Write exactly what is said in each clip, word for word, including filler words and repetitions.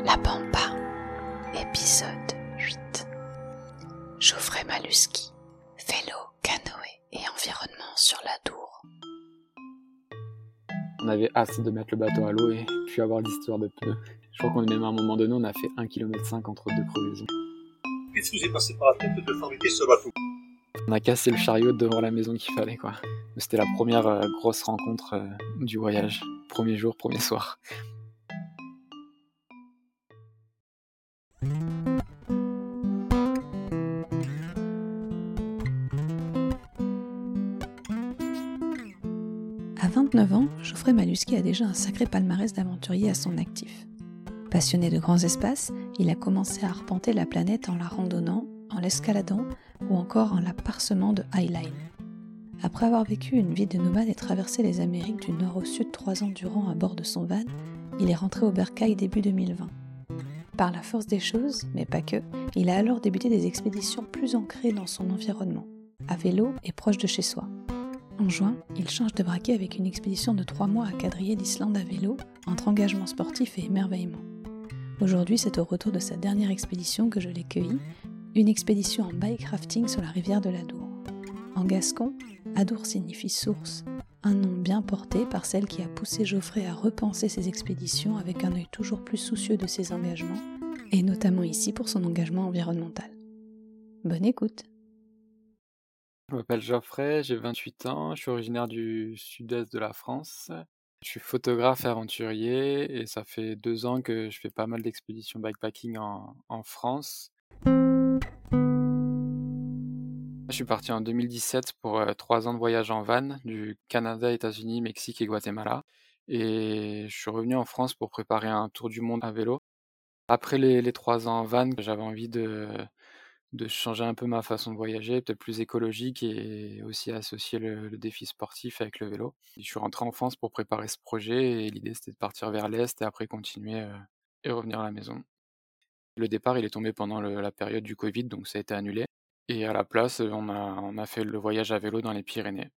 La Pampa, épisode huit. Geoffrey Malusky, vélo, canoë et environnement sur l'Adour. On avait hâte de mettre le bateau à l'eau et puis avoir l'histoire de pneus. Je crois qu'on est même à un moment donné, on a fait un kilomètre cinq entre deux crevaisons. Qu'est-ce qui vous est passé par la tête de fabriquer ce bateau? On a cassé le chariot devant la maison qu'il fallait, quoi. C'était la première euh, grosse rencontre euh, du voyage. Premier jour, premier soir. À vingt-neuf ans, Geoffrey Malusky a déjà un sacré palmarès d'aventurier à son actif. Passionné de grands espaces, il a commencé à arpenter la planète en la randonnant, en l'escaladant ou encore en la parsemant de highline. Après avoir vécu une vie de nomade et traversé les Amériques du nord au sud trois ans durant à bord de son van, il est rentré au Bercail début deux mille vingt. Par la force des choses, mais pas que, il a alors débuté des expéditions plus ancrées dans son environnement, à vélo et proche de chez soi. En juin, il change de braquet avec une expédition de trois mois à quadriller l'Islande à vélo, entre engagement sportif et émerveillement. Aujourd'hui, c'est au retour de sa dernière expédition que je l'ai cueilli, une expédition en bike rafting sur la rivière de l'Adour. En gascon, Adour signifie source, un nom bien porté par celle qui a poussé Geoffrey à repenser ses expéditions avec un œil toujours plus soucieux de ses engagements, et notamment ici pour son engagement environnemental. Bonne écoute! Je m'appelle Geoffrey, j'ai vingt-huit ans, je suis originaire du sud-est de la France. Je suis photographe et aventurier et ça fait deux ans que je fais pas mal d'expéditions bikepacking en, en France. Je suis parti en deux mille dix-sept pour euh, trois ans de voyage en van, du Canada, États-Unis, Mexique et Guatemala. Et je suis revenu en France pour préparer un tour du monde à vélo. Après les, les trois ans en van, j'avais envie de, de changer un peu ma façon de voyager, peut-être plus écologique et aussi associer le, le défi sportif avec le vélo. Et je suis rentré en France pour préparer ce projet et l'idée c'était de partir vers l'Est et après continuer euh, et revenir à la maison. Le départ il est tombé pendant le- la période du Covid, donc ça a été annulé. Et à la place, on a, on a fait le voyage à vélo dans les Pyrénées.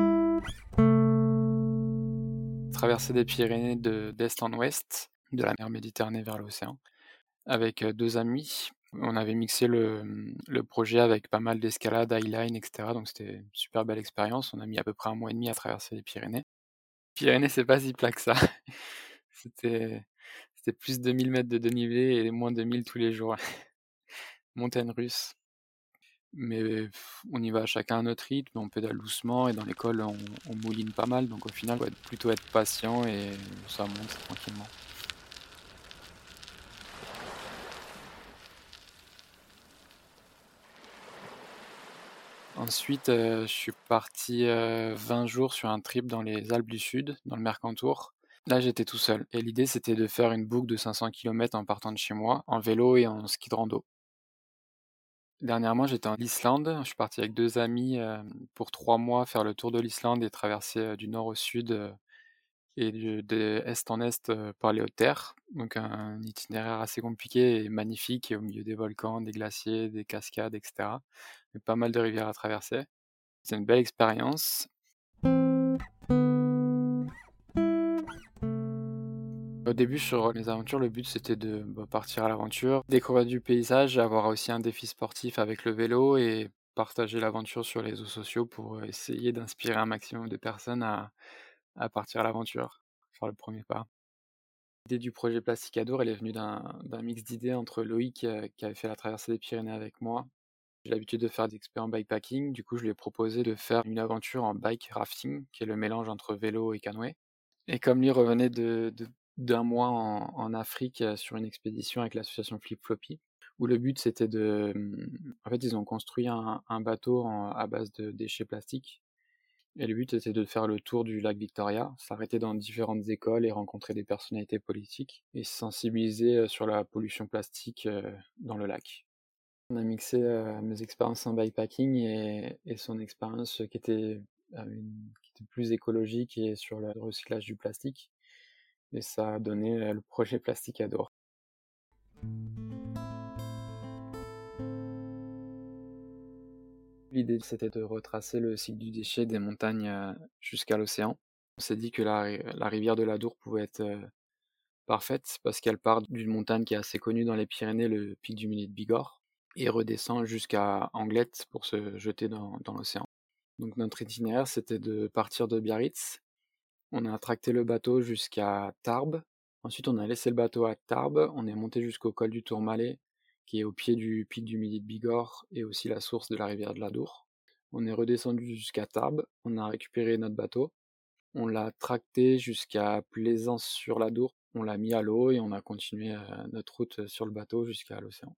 Traversée des Pyrénées de, d'est en ouest, de la mer Méditerranée vers l'océan, avec euh, deux amis. On avait mixé le, le projet avec pas mal d'escalade, highline, et cetera. Donc c'était une super belle expérience. On a mis à peu près un mois et demi à traverser les Pyrénées. Pyrénées, c'est pas si plat que ça. C'était, c'était plus de mille mètres de dénivelé et moins de mille tous les jours. Montagne russe. Mais pff, on y va chacun à notre rythme, on pédale doucement et dans l'école on, on mouline pas mal, donc au final, il faut être- plutôt être patient et ça monte tranquillement. Ensuite, euh, je suis parti euh, vingt jours sur un trip dans les Alpes du Sud, dans le Mercantour. Là, j'étais tout seul et l'idée c'était de faire une boucle de cinq cents kilomètres en partant de chez moi, en vélo et en ski de rando. Dernièrement, j'étais en Islande, je suis parti avec deux amis euh, pour trois mois faire le tour de l'Islande et traverser euh, du nord au sud euh, et de, de est en est euh, par les hautes terres. Donc un itinéraire assez compliqué et magnifique, et au milieu des volcans, des glaciers, des cascades, et cetera. Mais pas mal de rivières à traverser. C'est une belle expérience. Au début, sur les aventures, le but c'était de bah, partir à l'aventure, découvrir du paysage, avoir aussi un défi sportif avec le vélo et partager l'aventure sur les réseaux sociaux pour essayer d'inspirer un maximum de personnes à, à partir à l'aventure, faire le premier pas. L'idée du projet Plastic Adour, elle est venue d'un d'un mix d'idées entre Loïc, heu, qui avait fait la traversée des Pyrénées avec moi. J'ai l'habitude de faire des expériences en bikepacking, du coup je lui ai proposé de faire une aventure en bike rafting, qui est le mélange entre vélo et canoë. Et comme lui revenait de de d'un mois en en Afrique, heu, sur une expédition avec l'association Flip Floppy, où le but c'était de, mmh, en fait ils ont construit un un bateau en à base de déchets plastiques. Et le but était de faire le tour du lac Victoria, s'arrêter dans différentes écoles et rencontrer des personnalités politiques et sensibiliser euh, sur la pollution plastique euh, dans le lac. On a mixé euh, mes expériences en bikepacking et, et son expérience qui était, euh, une- qui était plus écologique et sur le recyclage du plastique. Et ça a donné euh, le projet Plastic Adore. L'idée c'était de retracer le cycle du déchet des montagnes euh, jusqu'à l'océan. On s'est dit que la, la rivière de l'Adour pouvait être euh, parfaite parce qu'elle part d'une montagne qui est assez connue dans les Pyrénées, le pic du Midi de Bigorre, et redescend jusqu'à Anglette pour se jeter dans, dans l'océan. Donc notre itinéraire, c'était de partir de Biarritz. On a tracté le bateau jusqu'à Tarbes. Ensuite, on a laissé le bateau à Tarbes. On est monté jusqu'au col du Tourmalet, qui est au pied du pic du Midi de Bigorre et aussi la source de la rivière de l'Adour. On est redescendu jusqu'à Tarbes. On a récupéré notre bateau. On l'a tracté jusqu'à Plaisance-sur-l'Adour. On l'a mis à l'eau et on a continué euh, notre route sur le bateau jusqu'à l'océan.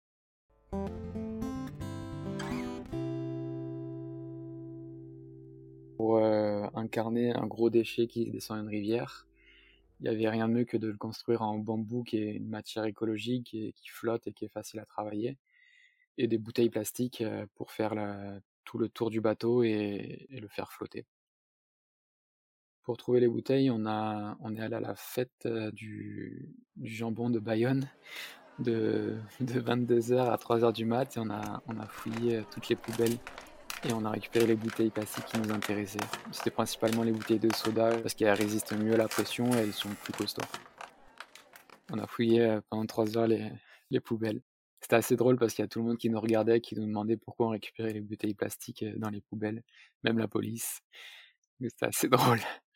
Pour euh, incarner un gros déchet qui descend une rivière, il n'y avait rien de mieux que de le construire en bambou, qui est une matière écologique et qui flotte et qui est facile à travailler, et des bouteilles plastiques euh, pour faire la, tout le tour du bateau et, et le faire flotter. Pour trouver les bouteilles, on, a, on est allé à la fête euh, du, du jambon de Bayonne de, de vingt-deux heures à trois heures du mat, et on a, on a fouillé euh, toutes les poubelles et on a récupéré les bouteilles plastiques qui nous intéressaient. C'était principalement les bouteilles de soda parce qu'elles résistent mieux à la pression et elles sont plus costauds. On a fouillé euh, pendant trois heures les, les poubelles. C'était assez drôle parce qu'il y a tout le monde qui nous regardait, qui nous demandait pourquoi on récupérait les bouteilles plastiques euh, dans les poubelles, même la police. Mais c'était assez drôle.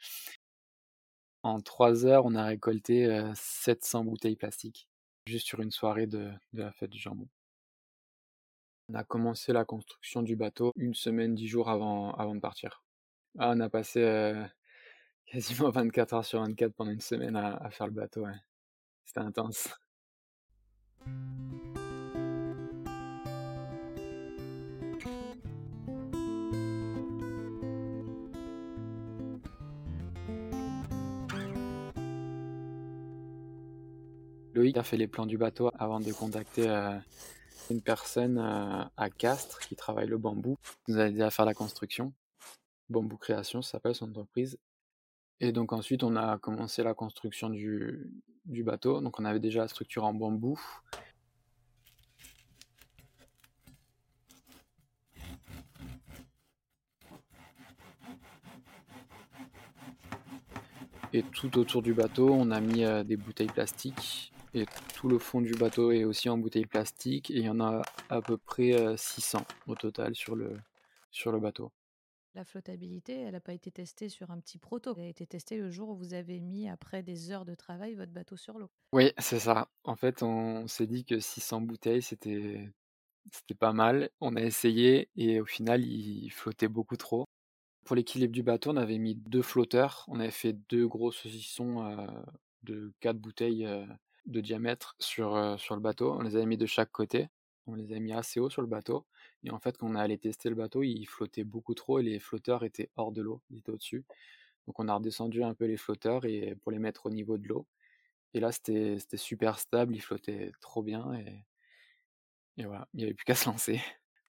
En trois heures, on a récolté euh, sept cents bouteilles plastiques, juste sur une soirée de, de la fête du jambon. On a commencé la construction du bateau une semaine, dix jours avant, avant de partir. Ah, on a passé euh, quasiment vingt-quatre heures sur vingt-quatre pendant une semaine à, à faire le bateau. Ouais. C'était intense. Loïc a fait les plans du bateau avant de contacter euh, une personne euh, à Castres qui travaille le bambou. Il nous a aidé à faire la construction. Bambou Création, ça s'appelle son entreprise. Et donc ensuite, on a commencé la construction du, du bateau. Donc on avait déjà la structure en bambou. Et tout autour du bateau, on a mis euh, des bouteilles plastiques. Et tout le fond du bateau est aussi en bouteilles plastiques. Et il y en a à peu près euh, six cents au total sur le, sur le bateau. La flottabilité, elle n'a pas été testée sur un petit proto. Elle a été testée le jour où vous avez mis, après des heures de travail, votre bateau sur l'eau. Oui, c'est ça. En fait, on s'est dit que six cents bouteilles, c'était, c'était pas mal. On a essayé et au final, il flottait beaucoup trop. Pour l'équilibre du bateau, on avait mis deux flotteurs. On avait fait deux gros saucissons euh, de quatre bouteilles euh, de diamètre sur, euh, sur le bateau. On les avait mis de chaque côté. On les a mis assez haut sur le bateau. Et en fait, quand on est allé tester le bateau, il flottait beaucoup trop et les flotteurs étaient hors de l'eau. Ils étaient au-dessus. Donc on a redescendu un peu les flotteurs et, pour les mettre au niveau de l'eau. Et là, c'était, c'était super stable. Il flottait trop bien. Et, et voilà, il n'y avait plus qu'à se lancer.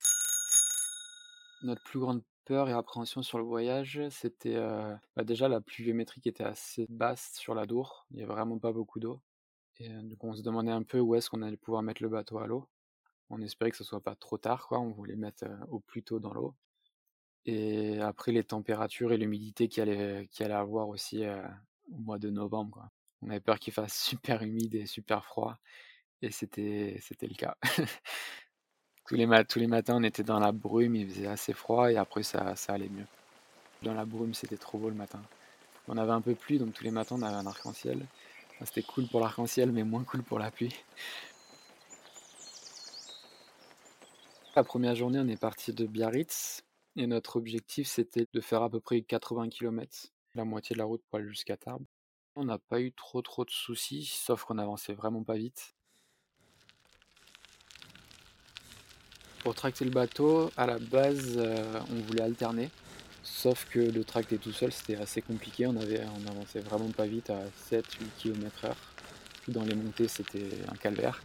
Notre plus grande peur et appréhension sur le voyage, c'était euh, bah déjà la pluviométrie qui était assez basse sur l'Adour. Il n'y avait vraiment pas beaucoup d'eau. Et euh, donc on se demandait un peu où est-ce qu'on allait pouvoir mettre le bateau à l'eau. On espérait que ce soit pas trop tard, quoi. On voulait mettre euh, au plus tôt dans l'eau. Et après les températures et l'humidité qu'il allait, qu'il allait avoir aussi euh, au mois de novembre, quoi. On avait peur qu'il fasse super humide et super froid. Et c'était, c'était le cas. Tous les, mat- tous les matins, on était dans la brume, il faisait assez froid et après, ça, ça allait mieux. Dans la brume, c'était trop beau le matin. On avait un peu de pluie, donc tous les matins, on avait un arc-en-ciel. Enfin, c'était cool pour l'arc-en-ciel, mais moins cool pour la pluie. La première journée, on est parti de Biarritz et notre objectif, c'était de faire à peu près quatre-vingts kilomètres, la moitié de la route pour aller jusqu'à Tarbes. On n'a pas eu trop trop de soucis, sauf qu'on avançait vraiment pas vite. Pour tracter le bateau, à la base, euh, on voulait alterner. Sauf que le tracter tout seul, c'était assez compliqué. On avait, on avançait vraiment pas vite à sept huit kilomètres heure. Puis dans les montées, c'était un calvaire.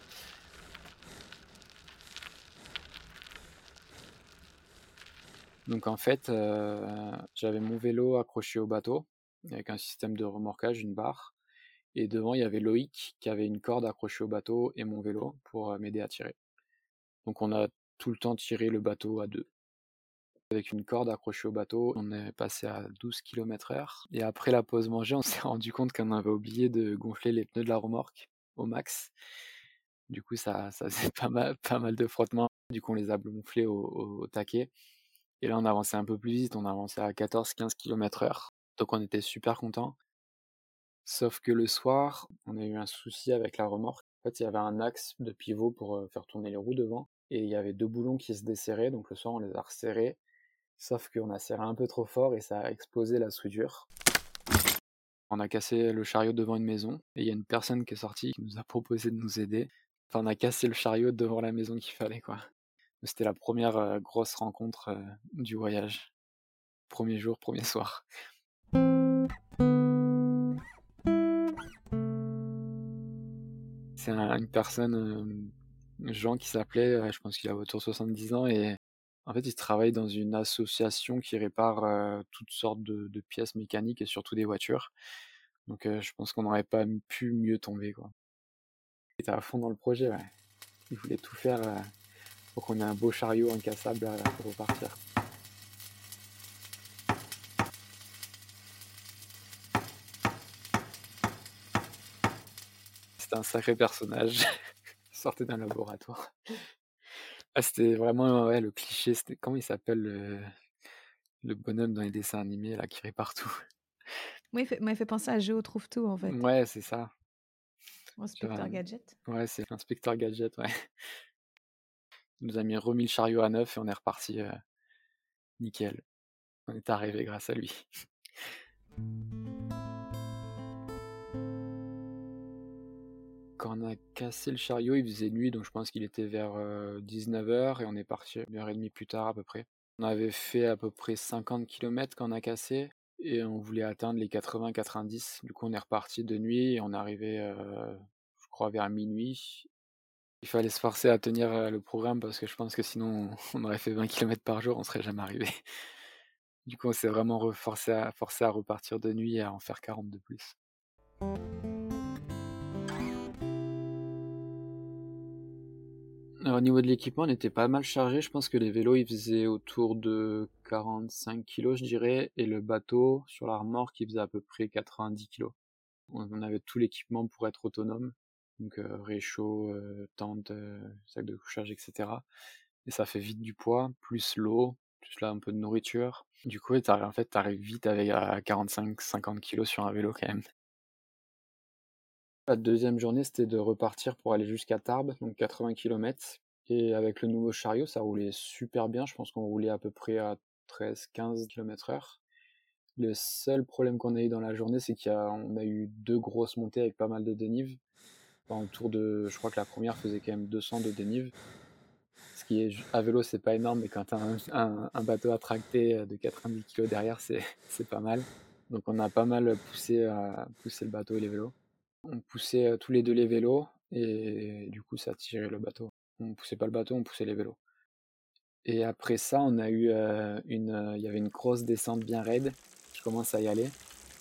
Donc en fait, euh, j'avais mon vélo accroché au bateau avec un système de remorquage, une barre. Et devant, il y avait Loïc qui avait une corde accrochée au bateau et mon vélo pour euh, m'aider à tirer. Donc on a tout le temps tiré le bateau à deux. avec une corde accrochée au bateau. On est passé à douze kilomètres heure et après la pause manger, on s'est rendu compte qu'on avait oublié de gonfler les pneus de la remorque au max. Du coup, ça ça faisait pas mal pas mal de frottements. Du coup, on les a gonflés au au au taquet et là, on a avancé un peu plus vite, on a avancé à quatorze quinze kilomètres heure. Donc on était super contents. Sauf que le soir, on a eu un souci avec la remorque. En fait, il y avait un axe de pivot pour, heu, faire tourner les roues devant et il y avait deux boulons qui se desserraient, donc le soir, on les a resserrés. Sauf qu'on a serré un peu trop fort et ça a explosé la soudure. On a cassé le chariot devant une maison et il y a une personne qui est sortie, qui nous a proposé de nous aider. Enfin, on a cassé le chariot devant la maison qu'il fallait, quoi. C'était la première re grosse rencontre, heu, du voyage. Premier jour, premier soir. C'est un une personne, hem, Jean qui s'appelait, heu, je pense qu'il a autour de soixante-dix ans et en fait, il travaille dans une association qui répare, heu, toutes sortes de de pièces mécaniques et surtout des voitures. Donc heu, je pense qu'on n'aurait pas m pu mieux tomber, quoi. Il était à fond dans le projet, ouais. Il voulait tout faire, heu, pour qu'on ait un beau chariot incassable, heu, pour repartir. C'était un sacré personnage. Il sortait d'un laboratoire. Ah, c'était vraiment, ouais, le cliché, c'était comment il s'appelle le le bonhomme dans les dessins animés là qui répare tout? Moi, il fait m'a fait penser à Géo trouve tout, en fait. Ouais, c'est ça. Tu vois? Inspecteur Gadget. Ouais, c'est l'inspecteur Gadget, ouais. Il nous a mis remis le chariot à neuf et on est reparti, heu, nickel. On est arrivés grâce à lui. Quand on a cassé le chariot, il faisait nuit, donc je pense qu'il était vers, heu, dix-neuf heures et on est parti une heure et demie plus tard à peu près. On avait fait à peu près cinquante kilomètres quand on a cassé et on voulait atteindre les quatre-vingts quatre-vingt-dix. Du coup, on est reparti de nuit et on est arrivé, heu, je crois vers minuit. Il fallait se forcer à tenir, heu, le programme parce que je pense que sinon on aurait fait vingt kilomètres par jour, on serait jamais arrivé. Du coup, on s'est vraiment re forcé à forcé à repartir de nuit et à en faire quarante de plus. Alors, au niveau de l'équipement, on était pas mal chargé. Je pense que les vélos, ils faisaient autour de quarante-cinq kilos, je dirais, et le bateau sur la remorque, il faisait à peu près quatre-vingt-dix kilos. On on avait tout l'équipement pour être autonome, donc heu, réchaud, heu, tente, heu, sac de couchage et cetera et ça fait vite du poids, plus l'eau, plus là un peu de nourriture. Du coup, ouais, tu en fait, tu arrives vite avec à quarante-cinq cinquante kilos sur un vélo quand même. La deuxième journée, c'était de repartir pour aller jusqu'à Tarbes, donc quatre-vingts kilomètres et avec le nouveau chariot, ça roulait super bien. Je pense qu'on roulait à peu près à treize quinze kilomètres heure. Le seul problème qu'on a eu dans la journée, c'est qu'il y a on a eu deux grosses montées avec pas mal de dénive. Enfin, autour de je crois que la première faisait quand même deux cents de dénive. Ce qui est j à vélo, c'est pas énorme, mais quand tu as un un un bateau à tracter, heu, de quatre-vingt-dix kilos derrière, c'est c'est pas mal. Donc on a pas mal poussé, heu, poussé le bateau et les vélos. On poussait, heu, tous les deux les vélos et du coup ça tirait le bateau. On poussait pas le bateau, on poussait les vélos. Et après ça, on a eu, heu, une, heu, il y avait une grosse descente bien raide. Je commence à y aller.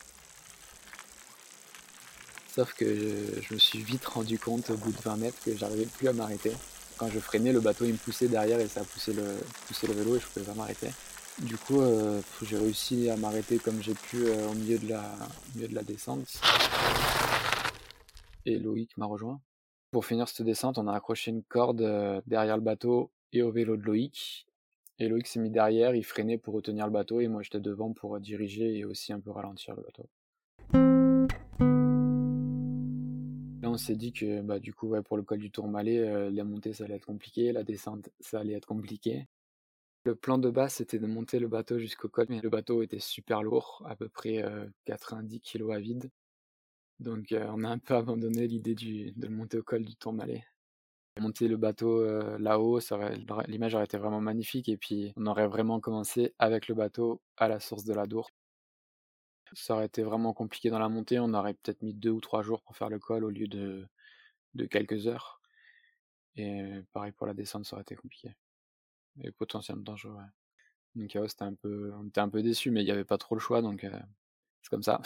Sauf que je je me suis vite rendu compte au bout de vingt mètres que j'arrivais plus à m'arrêter. Quand je freinais, le bateau il me poussait derrière et ça poussait le poussait le vélo et je pouvais pas m'arrêter. Du coup, heu, j'ai réussi à m'arrêter comme j'ai pu, heu, au milieu de la au milieu de la descente et Loïc m'a rejoint. Pour finir cette descente, on a accroché une corde, heu, derrière le bateau et au vélo de Loïc et Loïc s'est mis derrière, il freinait pour retenir le bateau et moi j'étais devant pour, heu, diriger et aussi un peu ralentir le bateau. Là, on s'est dit que, bah, du coup, ouais, pour le col du Tourmalet, heu, la montée, ça allait être compliqué, la descente, ça allait être compliqué. Le plan de base, c'était de monter le bateau jusqu'au col, mais le bateau était super lourd, à peu près, heu, quatre-vingt-dix kilos à vide. Donc, heu, on a un peu abandonné l'idée du de le monter au col du Tourmalet. Monter le bateau, heu, là-haut, ça aurait l'aurait l'image aurait été vraiment magnifique et puis on aurait vraiment commencé avec le bateau à la source de l'Adour. Ça aurait été vraiment compliqué dans la montée, on aurait peut-être mis deux ou trois jours pour faire le col au lieu de de quelques heures et pareil pour la descente, ça aurait été compliqué et potentiellement dangereux, ouais. Donc ouais, c'était un peu on était un peu déçus, mais il y avait pas trop le choix donc heu, c'est comme ça.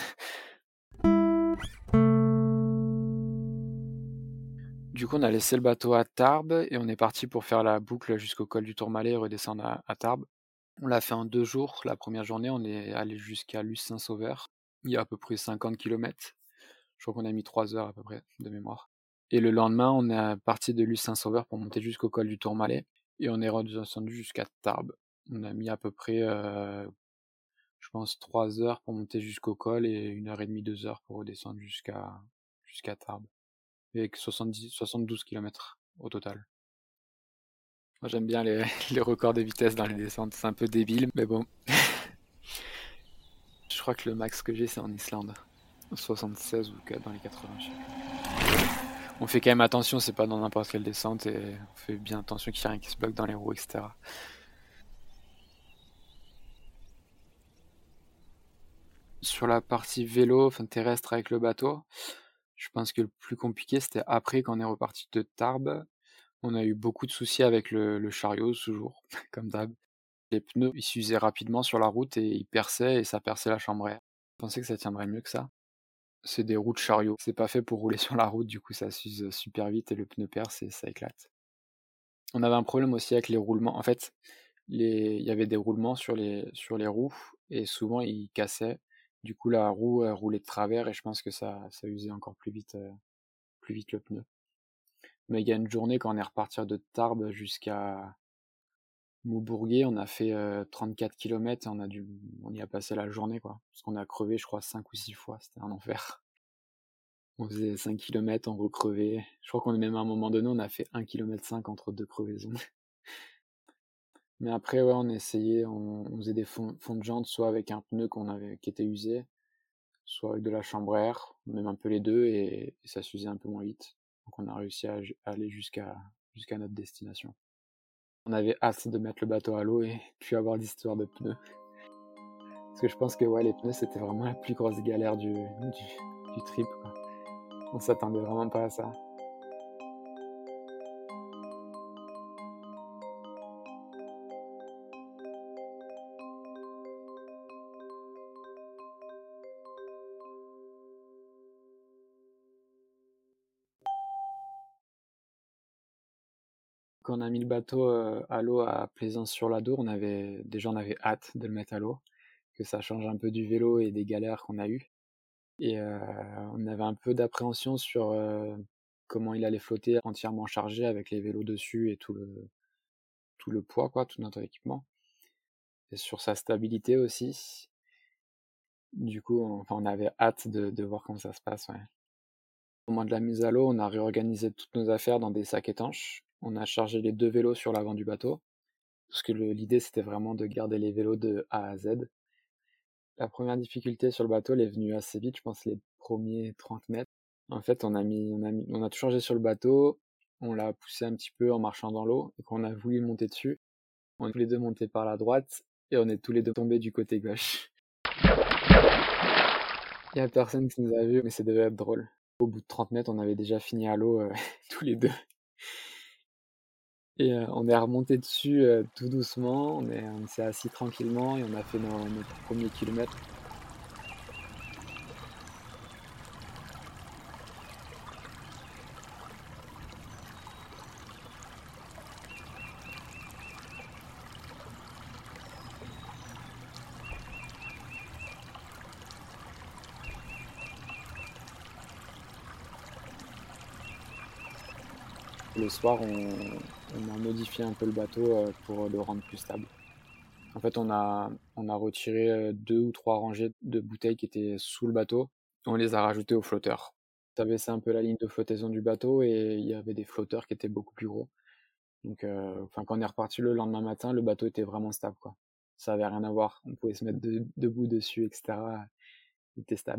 Du coup, on a laissé le bateau à Tarbes et on est parti pour faire la boucle jusqu'au col du Tourmalet et redescendre à à Tarbes. On l'a fait en deux jours. La première journée, on est allé jusqu'à Luce-Saint-Sauveur. Il y a à peu près cinquante kilomètres. Je crois qu'on a mis trois heures à peu près, de mémoire. Et le lendemain, on est parti de Luce-Saint-Sauveur pour monter jusqu'au col du Tourmalet et on est redescendu jusqu'à Tarbes. On a mis à peu près, heu, je pense trois heures pour monter jusqu'au col et une heure et demie, deux heures pour redescendre jusqu'à jusqu'à Tarbes. Avec soixante-dix soixante-douze kilomètres au total. Moi, j'aime bien les les records de vitesse dans les descentes, c'est un peu débile, mais bon. Je crois que le max que j'ai, c'est en Islande. soixante-seize ou dans les quatre-vingts, je sais plus. On fait quand même attention, c'est pas dans n'importe quelle descente et on fait bien attention qu'il n'y ait rien qui se bloque dans les roues, et cetera. Sur la partie vélo, enfin terrestre avec le bateau, je pense que le plus compliqué, c'était après quand on est reparti de Tarbes. On a eu beaucoup de soucis avec le, le chariot, toujours, comme d'hab. Les pneus, ils s'usaient rapidement sur la route et ils perçaient et ça perçait la chambre à air. Je pensais que ça tiendrait mieux que ça. C'est des roues de chariot. C'est pas fait pour rouler sur la route, du coup ça s'use super vite et le pneu perce et ça éclate. On avait un problème aussi avec les roulements. En fait, les... il y avait des roulements sur les, sur les roues et souvent ils cassaient. Du coup, la roue elle roulait de travers et je pense que ça, ça usait encore plus vite, euh, plus vite le pneu. Mais il y a une journée quand on est reparti de Tarbes jusqu'à Maubourguet, on a fait euh, trente-quatre kilomètres et on a dû, on y a passé la journée quoi. Parce qu'on a crevé, je crois, cinq ou six fois. C'était un enfer. On faisait cinq kilomètres, on recrevait. Je crois qu'on est même à un moment donné, on a fait un kilomètre cinq entre deux crevaisons. Mais après, ouais, on essayait, on, on faisait des fonds, fonds de jantes, soit avec un pneu qu'on avait, qui était usé, soit avec de la chambre à air, même un peu les deux, et, et ça s'usait un peu moins vite. Donc on a réussi à, à aller jusqu'à jusqu'à notre destination. On avait hâte de mettre le bateau à l'eau et puis avoir d'histoire de pneus. Parce que je pense que ouais, les pneus, c'était vraiment la plus grosse galère du, du, du trip, quoi. On s'attendait vraiment pas à ça. Quand on a mis le bateau euh, à l'eau à Plaisance-sur-l'Adour, on avait déjà on avait hâte de le mettre à l'eau, que ça change un peu du vélo et des galères qu'on a eues. Et euh, on avait un peu d'appréhension sur euh, comment il allait flotter entièrement chargé avec les vélos dessus et tout le, tout le poids, quoi, tout notre équipement. Et sur sa stabilité aussi. Du coup, on, enfin, on avait hâte de, de voir comment ça se passe. Ouais. Au moment de la mise à l'eau, on a réorganisé toutes nos affaires dans des sacs étanches. On a chargé les deux vélos sur l'avant du bateau. Parce que le- l'idée, c'était vraiment de garder les vélos de A à Z. La première difficulté sur le bateau, elle est venue assez vite, je pense les premiers trente mètres. En fait, on a mis, on a mis, on a tout changé sur le bateau, on l'a poussé un petit peu en marchant dans l'eau, et quand on a voulu monter dessus, on est tous les deux montés par la droite, et on est tous les deux tombés du côté gauche. Il y a personne qui nous a vus, mais ça devait être drôle. Au bout de trente mètres, on avait déjà fini à l'eau, euh, tous les deux. Et euh, on est remonté dessus euh, tout doucement, on est, on s'est assis tranquillement, et on a fait nos, notre premier kilomètre. Le soir, on, on a modifié un peu le bateau euh, pour le rendre plus stable. En fait, on a, on a retiré euh, deux ou trois rangées de bouteilles qui étaient sous le bateau. On les a rajoutées au flotteur. Ça baissait un peu la ligne de flottaison du bateau et il y avait des flotteurs qui étaient beaucoup plus gros. Donc, euh, enfin, quand on est reparti le lendemain matin, le bateau était vraiment stable, quoi. Ça avait rien à voir. On pouvait se mettre de- debout dessus, et cetera. Il était stable.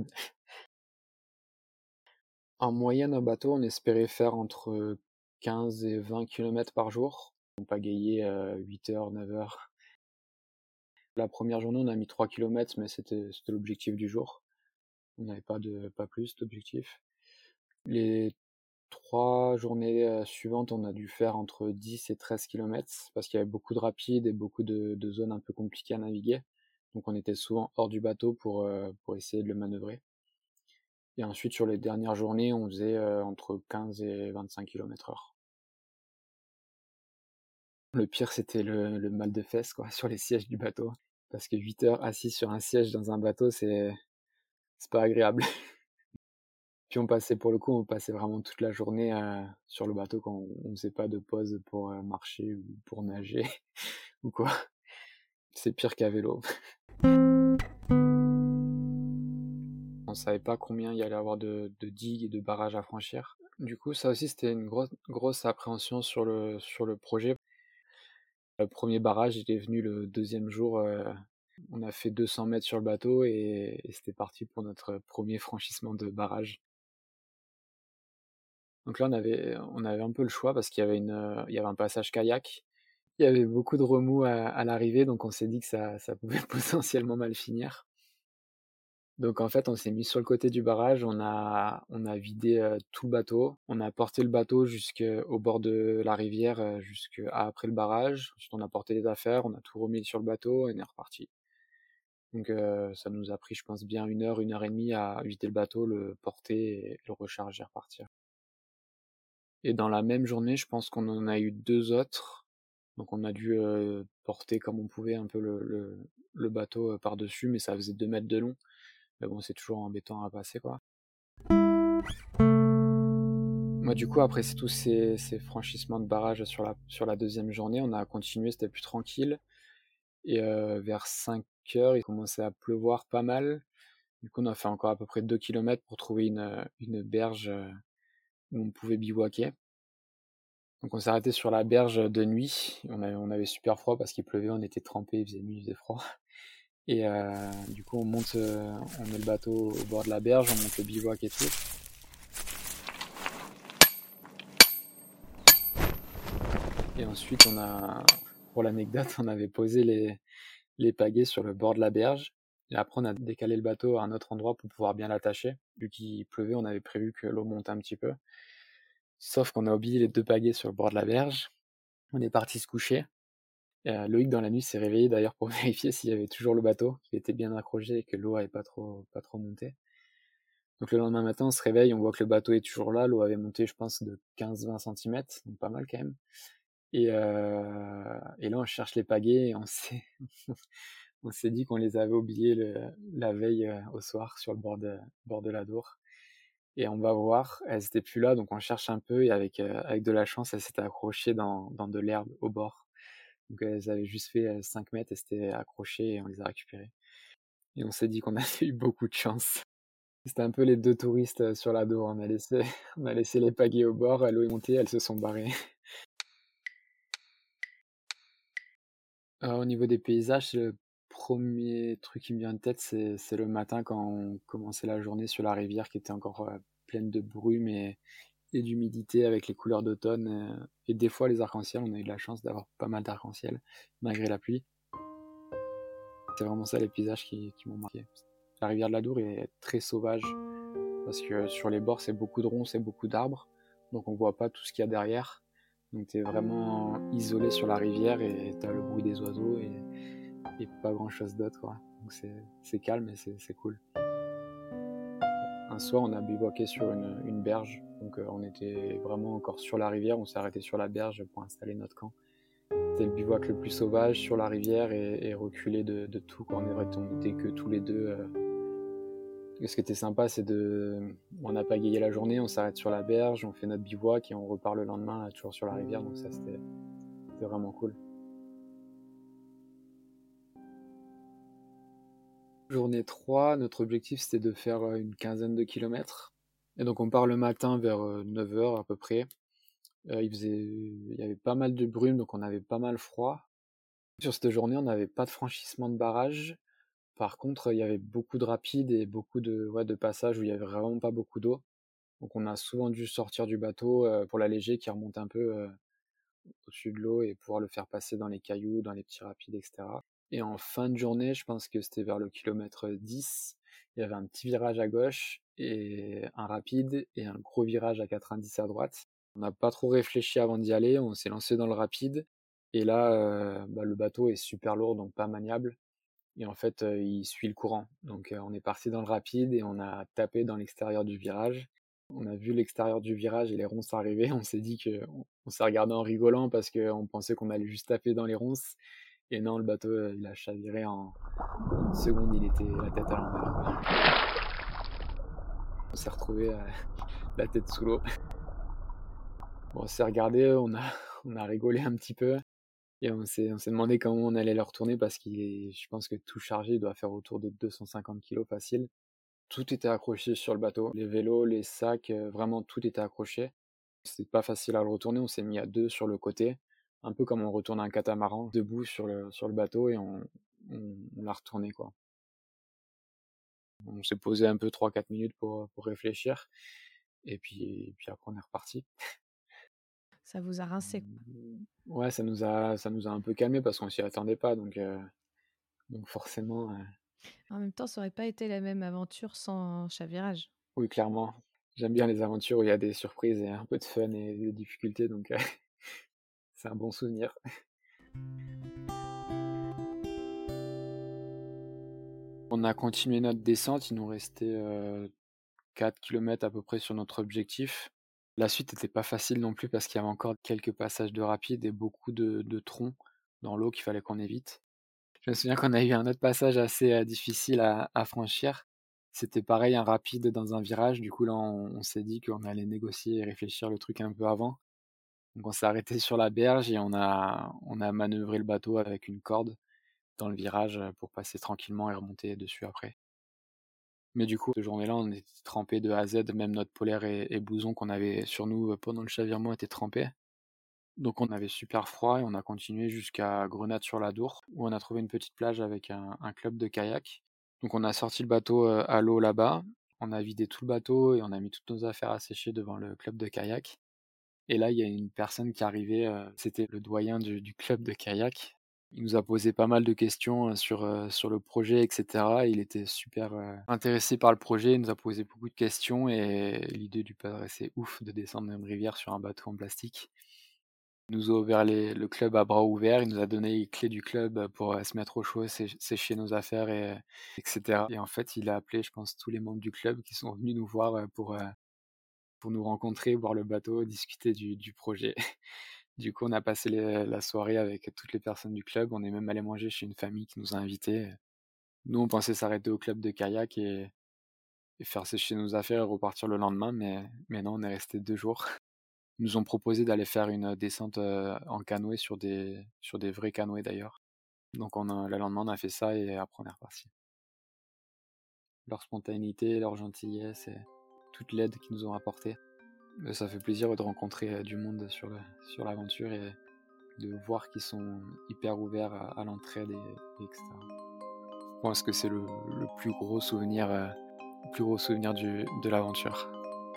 En moyenne, un bateau, on espérait faire entre quinze et vingt kilomètres par jour. On pagayait euh, huit heures, neuf heures. La première journée, on a mis trois kilomètres, mais c'était c'était l'objectif du jour. On n'avait pas de pas plus d'objectif. Les trois journées euh, suivantes, on a dû faire entre dix et treize kilomètres parce qu'il y avait beaucoup de rapides et beaucoup de, de zones un peu compliquées à naviguer. Donc on était souvent hors du bateau pour, euh, pour essayer de le manœuvrer. Et ensuite, sur les dernières journées, on faisait euh, entre quinze et vingt-cinq kilomètres heure. Le pire, c'était le le mal de fesses, quoi, sur les sièges du bateau. Parce que huit heures assis sur un siège dans un bateau, c'est c'est pas agréable. Puis on passait pour le coup, on passait vraiment toute la journée, heu, sur le bateau quand on on faisait pas de pause pour, heu, marcher ou pour nager ou quoi. C'est pire qu'à vélo. On savait pas combien il y allait avoir de de digues et de barrages à franchir. Du coup, ça aussi, c'était une grosse grosse appréhension sur le sur le projet. Le premier barrage, il est venu le deuxième jour, heu, on a fait deux cents mètres sur le bateau et et c'était parti pour notre premier franchissement de barrage. Donc là, on avait on avait un peu le choix parce qu'il y avait une, heu, il y avait un passage kayak. Il y avait beaucoup de remous à à l'arrivée, donc on s'est dit que ça ça pouvait potentiellement mal finir. Donc en fait, on s'est mis sur le côté du barrage, on a on a vidé, heu, tout le bateau. On a porté le bateau jusqu'au bord de la rivière, heu, jusqu'à après le barrage. Ensuite, on a porté les affaires, on a tout remis sur le bateau et on est reparti. Donc heu, ça nous a pris, je pense, bien une heure, une heure et demie à vider le bateau, le porter et le recharger et repartir. Et dans la même journée, je pense qu'on en a eu deux autres. Donc on a dû, heu, porter comme on pouvait un peu le le le bateau, heu, par-dessus, mais ça faisait deux mètres de long. Mais bon, c'est toujours embêtant à passer, quoi. Moi, du coup, après c tous ces ces franchissements de barrage sur la sur la deuxième journée, on a continué, c'était plus tranquille et heu, vers cinq heures, il commençait à pleuvoir pas mal. Du coup, on a fait encore à peu près deux kilomètres pour trouver une, heu, une berge, heu, où on pouvait bivouaquer. Donc on s'est arrêté sur la berge de nuit. On avait on avait super froid parce qu'il pleuvait, on était trempés, il faisait nuit, il faisait froid et heu, du coup on monte, heu, on met le bateau au bord de la berge, on monte le bivouac et tout. Et ensuite on a pour l'anecdote, on avait posé les les pagaies sur le bord de la berge et après on a décalé le bateau à un autre endroit pour pouvoir bien l'attacher. Vu qu'il pleuvait, on avait prévu que l'eau monte un petit peu. Sauf qu'on a oublié les deux pagaies sur le bord de la berge. On est parti se coucher. Heu, Loïc dans la nuit s'est réveillé d'ailleurs pour vérifier s'il y avait toujours le bateau, qu'il était bien accroché et que l'eau avait pas trop pas trop monté. Donc le lendemain matin, on se réveille, on voit que le bateau est toujours là, l'eau avait monté je pense de quinze vingt centimètres, donc pas mal quand même. Et heu et là on cherche les pagaies et on s'est on s'est dit qu'on les avait oubliées le la veille, heu, au soir sur le bord de bord de l'Adour et on va voir, elles étaient plus là, donc on cherche un peu et avec, heu, avec de la chance, elles s'étaient accrochées dans dans de l'herbe au bord. Donc elles avaient juste fait, heu, cinq mètres et c'était accroché et on les a récupérées et on s'est dit qu'on avait eu beaucoup de chance. C'était un peu les deux touristes, heu, sur l'Adour. On a laissé on a laissé les pagaies au bord, l'eau est montée, elles se sont barrées. Heu, au niveau des paysages, le premier truc qui me vient en tête, c'est c'est le matin quand on commençait la journée sur la rivière qui était encore, heu, pleine de brume et et d'humidité avec les couleurs d'automne, heu et des fois les arcs-en-ciel. On a eu de la chance d'avoir pas mal d'arcs-en-ciel malgré la pluie. C'est vraiment ça les paysages qui qui m'ont marqué. La rivière de l'Adour est très sauvage parce que sur les bords, c'est beaucoup de ronces et beaucoup d'arbres, donc on voit pas tout ce qu'il y a derrière. Donc tu es vraiment isolé sur la rivière et tu as le bruit des oiseaux et et pas grand chose d'autre, quoi. Donc c'est c'est calme et c'est c'est cool. Un soir, on a bivouaqué sur une une berge, donc heu, on était vraiment encore sur la rivière, on s'est arrêté sur la berge pour installer notre camp. C'était le bivouac le plus sauvage sur la rivière et et reculé de de tout, quoi. On est vrai on était que tous les deux. Heu et ce qui était sympa, c'est de on a pagayé la journée, on s'arrête sur la berge, on fait notre bivouac et on repart le lendemain, là, toujours sur la rivière, donc ça, c'était c'était vraiment cool. Journée trois, notre objectif, c'était de faire, heu, une quinzaine de kilomètres et donc on part le matin vers, heu, neuf heures à peu près. Heu, il faisait il y avait pas mal de brume, donc on avait pas mal froid. Sur cette journée, on n'avait pas de franchissement de barrage. Par contre, il y avait beaucoup de rapides et beaucoup de ouais, de passages où il y avait vraiment pas beaucoup d'eau. Donc on a souvent dû sortir du bateau, heu, pour l'alléger qui remonte un peu, heu, au-dessus de l'eau et pouvoir le faire passer dans les cailloux, dans les petits rapides et cetera. Et en fin de journée, je pense que c'était vers le kilomètre dix, il y avait un petit virage à gauche et un rapide et un gros virage à quatre-vingt-dix à droite. On n'a pas trop réfléchi avant d'y aller, on s'est lancé dans le rapide et là, heu, bah, le bateau est super lourd, donc pas maniable et en fait, heu, il suit le courant. Donc heu, on est parti dans le rapide et on a tapé dans l'extérieur du virage On a vu l'extérieur du virage et les ronces arriver, on s'est dit que on on s'est regardé en rigolant parce qu'on pensait qu'on allait juste taper dans les ronces et non, le bateau, heu, il a chaviré en en une seconde, il était la tête à l'envers, quoi. On s'est retrouvés, heu, la tête sous l'eau. Bon, on s'est regardés, on a on a rigolé un petit peu et on s'est on s'est demandé comment on allait le retourner parce qu'il est je pense que tout chargé, il doit faire autour de deux cent cinquante kilos facile. Tout était accroché sur le bateau, les vélos, les sacs, heu, vraiment tout était accroché. C'était pas facile à le retourner, on s'est mis à deux sur le côté, un peu comme on retourne un catamaran, debout sur le sur le bateau et on on on l'a retourné, quoi. On s'est posé un peu trois quatre minutes pour, heu, pour réfléchir et puis et puis après on est reparti. Ça vous a rincé, quoi. Mmh, ouais, ça nous a ça nous a un peu calmés parce qu'on s'y attendait pas donc heu, donc forcément, heu, En même temps, ça aurait pas été la même aventure sans chavirage. oui, clairement. J'aime bien les aventures où il y a des surprises et un peu de fun et des difficultés donc heu, c'est un bon souvenir. On a continué notre descente, il nous restait, heu, quatre kilomètres à peu près sur notre objectif. La suite était pas facile non plus parce qu'il y avait encore quelques passages de rapides et beaucoup de de troncs dans l'eau qu'il fallait qu'on évite. Je me souviens qu'on a eu un autre passage assez, heu, difficile à à franchir. C'était pareil, un rapide dans un virage, du coup là on on s'est dit qu'on allait négocier et réfléchir le truc un peu avant. Donc on s'est arrêté sur la berge et on a on a manœuvré le bateau avec une corde dans le virage, heu, pour passer tranquillement et remonter dessus après. Mais du coup, cette journée-là, on était trempés de A à Z, même notre polaire et et blouson qu'on avait sur nous, heu, pendant le chavirement étaient trempés. Donc on avait super froid et on a continué jusqu'à Grenade-sur-l'Adour, où on a trouvé une petite plage avec un un club de kayak. Donc on a sorti le bateau, heu, à l'eau là-bas, on a vidé tout le bateau et on a mis toutes nos affaires à sécher devant le club de kayak. Et là, il y a une personne qui arrivait, heu, c'était le doyen du du club de kayak. Il nous a posé pas mal de questions, heu, sur, heu, sur le projet et cetera. Il était super, heu, intéressé par le projet, il nous a posé beaucoup de questions et l'idée lui paraissait ouf de descendre une rivière sur un bateau en plastique. Il nous a ouvert les le club à bras ouverts, il nous a donné les clés du club, heu, pour, heu, se mettre au chaud, sé sécher nos affaires et et cetera. Et en fait, il a appelé, je pense, tous les membres du club qui sont venus nous voir, heu, pour, heu, pour nous rencontrer, voir le bateau, discuter du du projet. Du coup, on a passé les la soirée avec toutes les personnes du club. On est même allé manger chez une famille qui nous a invités. Nous, on pensait s'arrêter au club de kayak et et faire sécher nos affaires et repartir le lendemain, mais mais non, on est resté deux jours. Ils nous ont proposé d'aller faire une, descente, heu, en canoë sur des sur des vrais canoës d'ailleurs. Donc on a le lendemain, on a fait ça et après on est reparti. Leur spontanéité, leur gentillesse et toute l'aide qu'ils nous ont apportée. Heu, ça fait plaisir, ouais, de rencontrer, heu, du monde sur le sur l'aventure et de voir qu'ils sont hyper ouverts à à l'entraide et et etc. Je pense que c'est le le plus gros souvenir, heu, le plus gros souvenir du de l'aventure.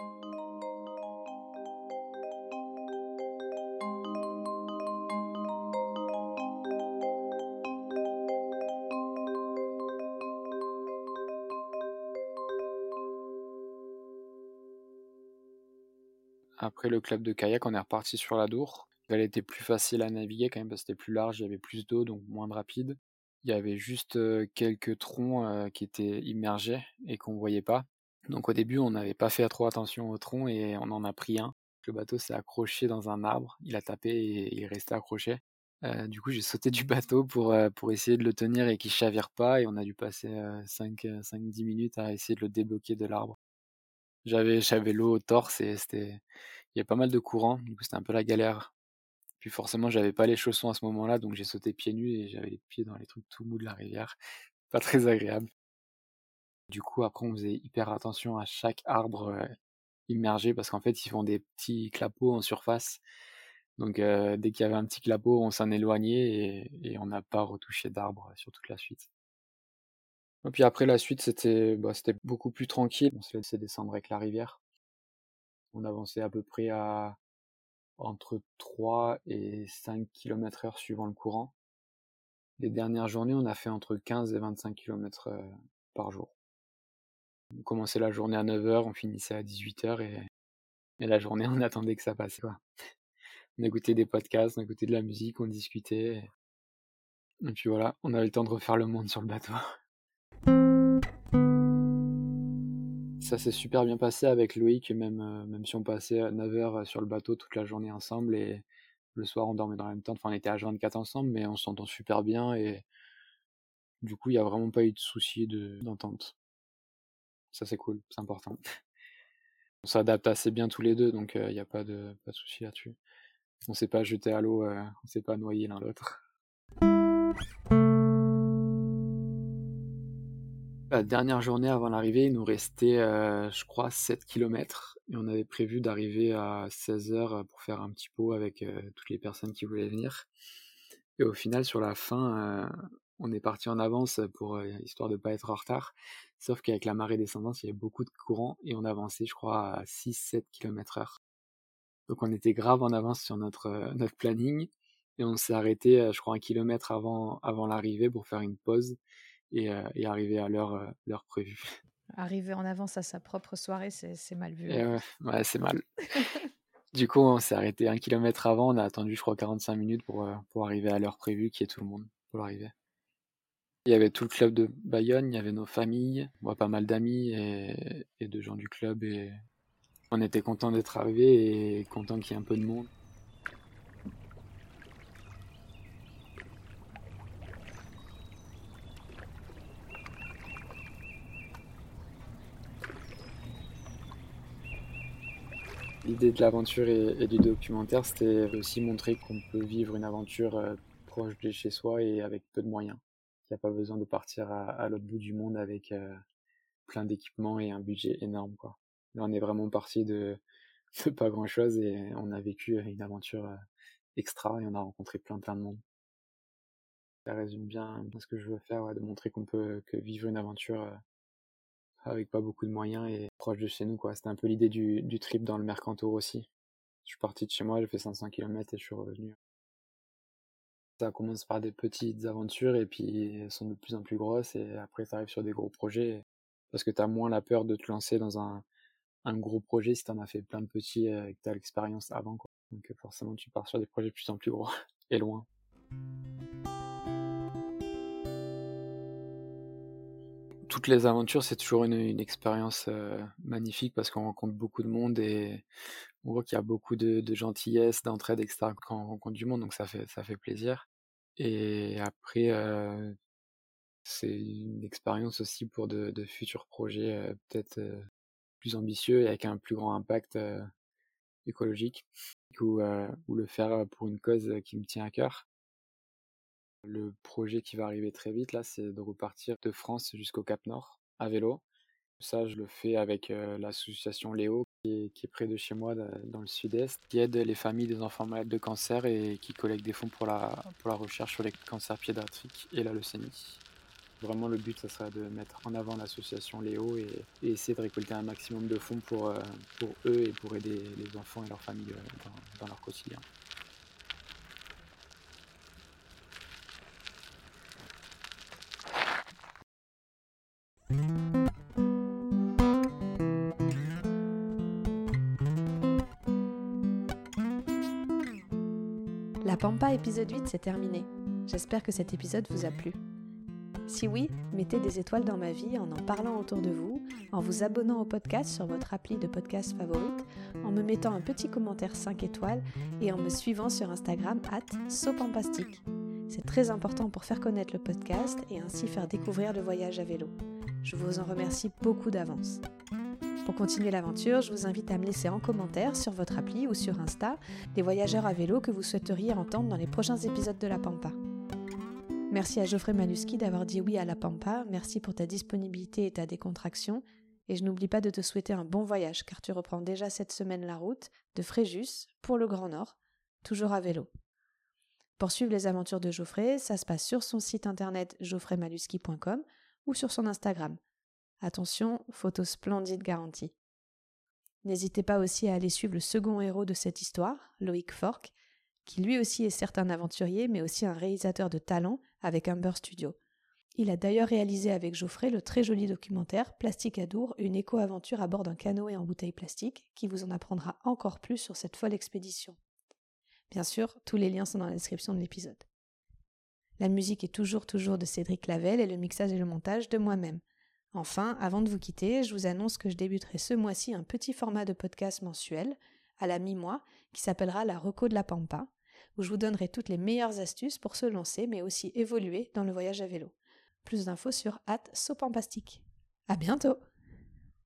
Après le club de kayak, on est reparti sur l'Adour. Elle était plus facile à naviguer quand même parce que c'était plus large, il y avait plus d'eau, donc moins de rapide. Il y avait juste, heu, quelques troncs, heu, qui étaient immergés et qu'on voyait pas. Donc au début, on n'avait pas fait trop attention aux troncs et on en a pris un. Le bateau s'est accroché dans un arbre, il a tapé et il est resté accroché. Heu, du coup, j'ai sauté du bateau pour, heu, pour essayer de le tenir et qu'il chavire pas et on a dû passer, heu, cinq, heu, cinq dix minutes à essayer de le débloquer de l'arbre. J'avais j'avais l'eau au torse et c'était il y a pas mal de courant, du coup, c'était un peu la galère. Puis forcément, j'avais pas les chaussons à ce moment-là, donc j'ai sauté pieds nus et j'avais les pieds dans les trucs tout mous de la rivière. Pas très agréable. Du coup, après, on faisait hyper attention à chaque arbre, heu, immergé parce qu'en fait, ils font des petits clapots en surface. Donc heu, dès qu'il y avait un petit clapot, on s'en éloignait et et on n'a pas retouché d'arbre sur toute la suite. Et puis après la suite, c'était, bah, c'était beaucoup plus tranquille. On se laissait descendre avec la rivière. On avançait à peu près à entre trois et cinq kilomètres heure suivant le courant. Les dernières journées, on a fait entre quinze et vingt-cinq kilomètres, heu, par jour. On commençait la journée à neuf heures, on finissait à dix-huit heures et et la journée, on attendait que ça passe, quoi. On écoutait des podcasts, on écoutait de la musique, on discutait et puis voilà, on avait le temps de refaire le monde sur le bateau. Ça s'est super bien passé avec Loïc, même, heu, même si on passait neuf heures sur le bateau toute la journée ensemble et le soir on dormait dans la même tente. Enfin, on était H vingt-quatre ensemble, mais on s'entend super bien et du coup, il y a vraiment pas eu de souci de d'entente. Ça, c'est cool, c'est important. On s'adapte assez bien tous les deux, donc il y a pas de pas de souci là-dessus. On s'est pas jeté à l'eau, heu, on s'est pas noyés l'un l'autre. La dernière journée avant l'arrivée, il nous restait, heu, je crois sept kilomètres et on avait prévu d'arriver à seize heures pour faire un petit pot avec, heu, toutes les personnes qui voulaient venir et au final sur la fin, heu, on est partis en avance pour, heu, histoire de pas être en retard. Sauf qu'avec la marée descendante, il y avait beaucoup de courant et on avançait je crois à six sept kilomètres heure. Donc on était grave en avance sur notre, heu, notre planning et on s'est arrêté, heu, je crois un kilomètre avant avant l'arrivée pour faire une pause et heu et arriver à l'heure, heu, l'heure prévue. Arriver en avance à sa propre soirée, c'est c'est mal vu en Et ouais, plus. ouais, c'est mal. Du coup, on s'est arrêté un kilomètre avant, on a attendu je crois quarante-cinq minutes pour, heu, pour arriver à l'heure prévue, qu'il y ait tout le monde pour l'arrivée. Il y avait tout le club de Bayonne, il y avait nos familles, moi pas mal d'amis et et de gens du club et on était contents d'être arrivés et contents qu'il y ait un peu de monde. L'idée de l'aventure et et du documentaire, c'était aussi montrer qu'on peut vivre une aventure, heu, proche de chez soi et avec peu de moyens. Il y a pas besoin de partir à à l'autre bout du monde avec, heu, plein d'équipements et un budget énorme, quoi. Là, on est vraiment partis de de pas grand chose et on a vécu, heu, une aventure, heu, extra et on a rencontré plein, plein de monde. Ça résume bien ce que je veux faire, ouais, de montrer qu'on peut que vivre une aventure, heu, avec pas beaucoup de moyens et proche de chez nous, quoi. C'était un peu l'idée du du trip dans le Mercantour aussi. Je suis parti de chez moi, j'ai fait cinq cents kilomètres et je suis revenu. Ça commence par des petites aventures et puis elles sont de plus en plus grosses et après tu arrives sur des gros projets parce que tu as moins la peur de te lancer dans un un gros projet si tu en as fait plein de petits, heu, et que tu as l'expérience avant, quoi. Donc heu, forcément tu pars sur des projets de plus en plus gros et loin. Toutes les aventures, c'est toujours une une expérience, heu, magnifique parce qu'on rencontre beaucoup de monde et on voit qu'il y a beaucoup de de gentillesse, d'entraide et cetera quand on rencontre du monde, donc ça fait ça fait plaisir et après, heu, c'est une expérience aussi pour de de futurs projets, heu, peut-être, heu, plus ambitieux et avec un plus grand impact, heu, écologique ou, heu, ou le faire, pour une cause, qui me tient à cœur. Le projet qui va arriver très vite là, c'est de repartir de France jusqu'au Cap Nord à vélo. Ça, je le fais avec, heu, l'association Léo qui est qui est près de chez moi, da dans le sud-est, qui aide les familles des enfants malades de cancer et qui collecte des fonds pour la pour la recherche sur les cancers pédiatriques et la leucémie. Vraiment le but, ça serait de mettre en avant l'association Léo et et essayer de récolter un maximum de fonds pour, heu, pour eux et pour aider les enfants et leurs familles, heu, dans dans leur quotidien. La Pampa épisode huit, c'est terminé. J'espère que cet épisode vous a plu. Si oui, mettez des étoiles dans ma vie en en parlant autour de vous, en vous abonnant au podcast sur votre appli de podcast favorite, en me mettant un petit commentaire cinq étoiles et en me suivant sur Instagram arobase sopampastique. C'est très important pour faire connaître le podcast et ainsi faire découvrir le voyage à vélo. Je vous en remercie beaucoup d'avance. Pour continuer l'aventure, je vous invite à me laisser en commentaire sur votre appli ou sur Insta les voyageurs à vélo que vous souhaiteriez entendre dans les prochains épisodes de La Pampa. Merci à Geoffrey Maluski d'avoir dit oui à La Pampa, merci pour ta disponibilité et ta décontraction, et je n'oublie pas de te souhaiter un bon voyage car tu reprends déjà cette semaine la route de Fréjus pour le Grand Nord, toujours à vélo. Pour suivre les aventures de Geoffrey, ça se passe sur son site internet geoffrey maluski point com ou sur son Instagram. Attention, photos splendides garanties. N'hésitez pas aussi à aller suivre le second héros de cette histoire, Loïc Fork, qui lui aussi est certes un aventurier, mais aussi un réalisateur de talent avec Humber Studio. Il a d'ailleurs réalisé avec Geoffrey le très joli documentaire Plastique à Dour, une éco-aventure à bord d'un canoë en bouteille plastique, qui vous en apprendra encore plus sur cette folle expédition. Bien sûr, tous les liens sont dans la description de l'épisode. La musique est toujours toujours de Cédric Lavelle et le mixage et le montage de moi-même. Enfin, avant de vous quitter, je vous annonce que je débuterai ce mois-ci un petit format de podcast mensuel, à la mi-mois, qui s'appellera la Reco de la Pampa, où je vous donnerai toutes les meilleures astuces pour se lancer, mais aussi évoluer dans le voyage à vélo. Plus d'infos sur arobase sopampastique. À bientôt!